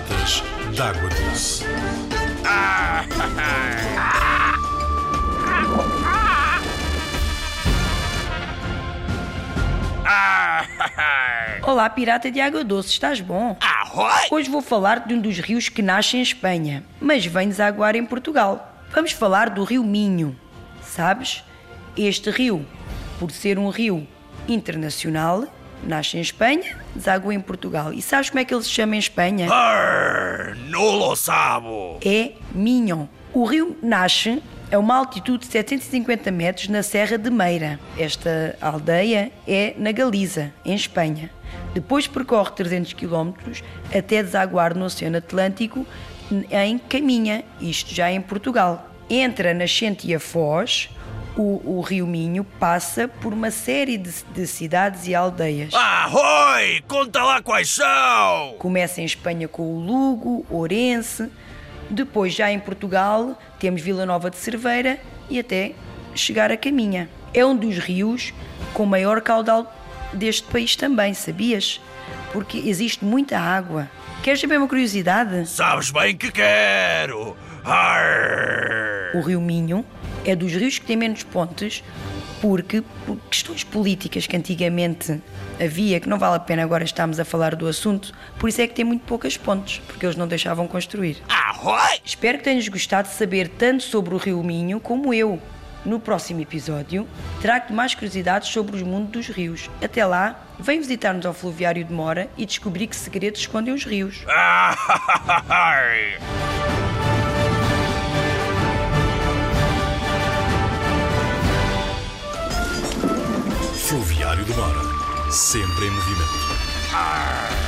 Piratas d'Água Doce. Olá, pirata de água doce, estás bom? Hoje vou falar de um dos rios que nasce em Espanha, mas vem desaguar em Portugal. Vamos falar do rio Minho. Sabes? Este rio, por ser um rio internacional, nasce em Espanha, desagua em Portugal. E sabes como é que ele se chama em Espanha? Não lo sabo. É Minho. O rio nasce a uma altitude de 750 metros na Serra de Meira. Esta aldeia é na Galiza, em Espanha. Depois percorre 300 km até desaguar no Oceano Atlântico em Caminha, isto já em Portugal. Entre a nascente e a foz, o rio Minho passa por uma série de cidades e aldeias. Oi, conta lá quais são. Começa em Espanha com o Lugo, Ourense. Depois, já em Portugal, temos Vila Nova de Cerveira e até chegar a Caminha. É um dos rios com maior caudal deste país também, sabias? Porque existe muita água. Queres saber uma curiosidade? Sabes bem que quero. O rio Minho é dos rios que tem menos pontes porque, por questões políticas que antigamente havia, que não vale a pena agora estarmos a falar do assunto, por isso é que tem muito poucas pontes, porque eles não deixavam construir. Espero que tenhas gostado de saber tanto sobre o rio Minho como eu. No próximo episódio, trago-te mais curiosidades sobre o mundo dos rios. Até lá, vem visitar-nos ao Fluviário de Mora e descobrir que segredos escondem os rios. Fluviário de Mora, sempre em movimento.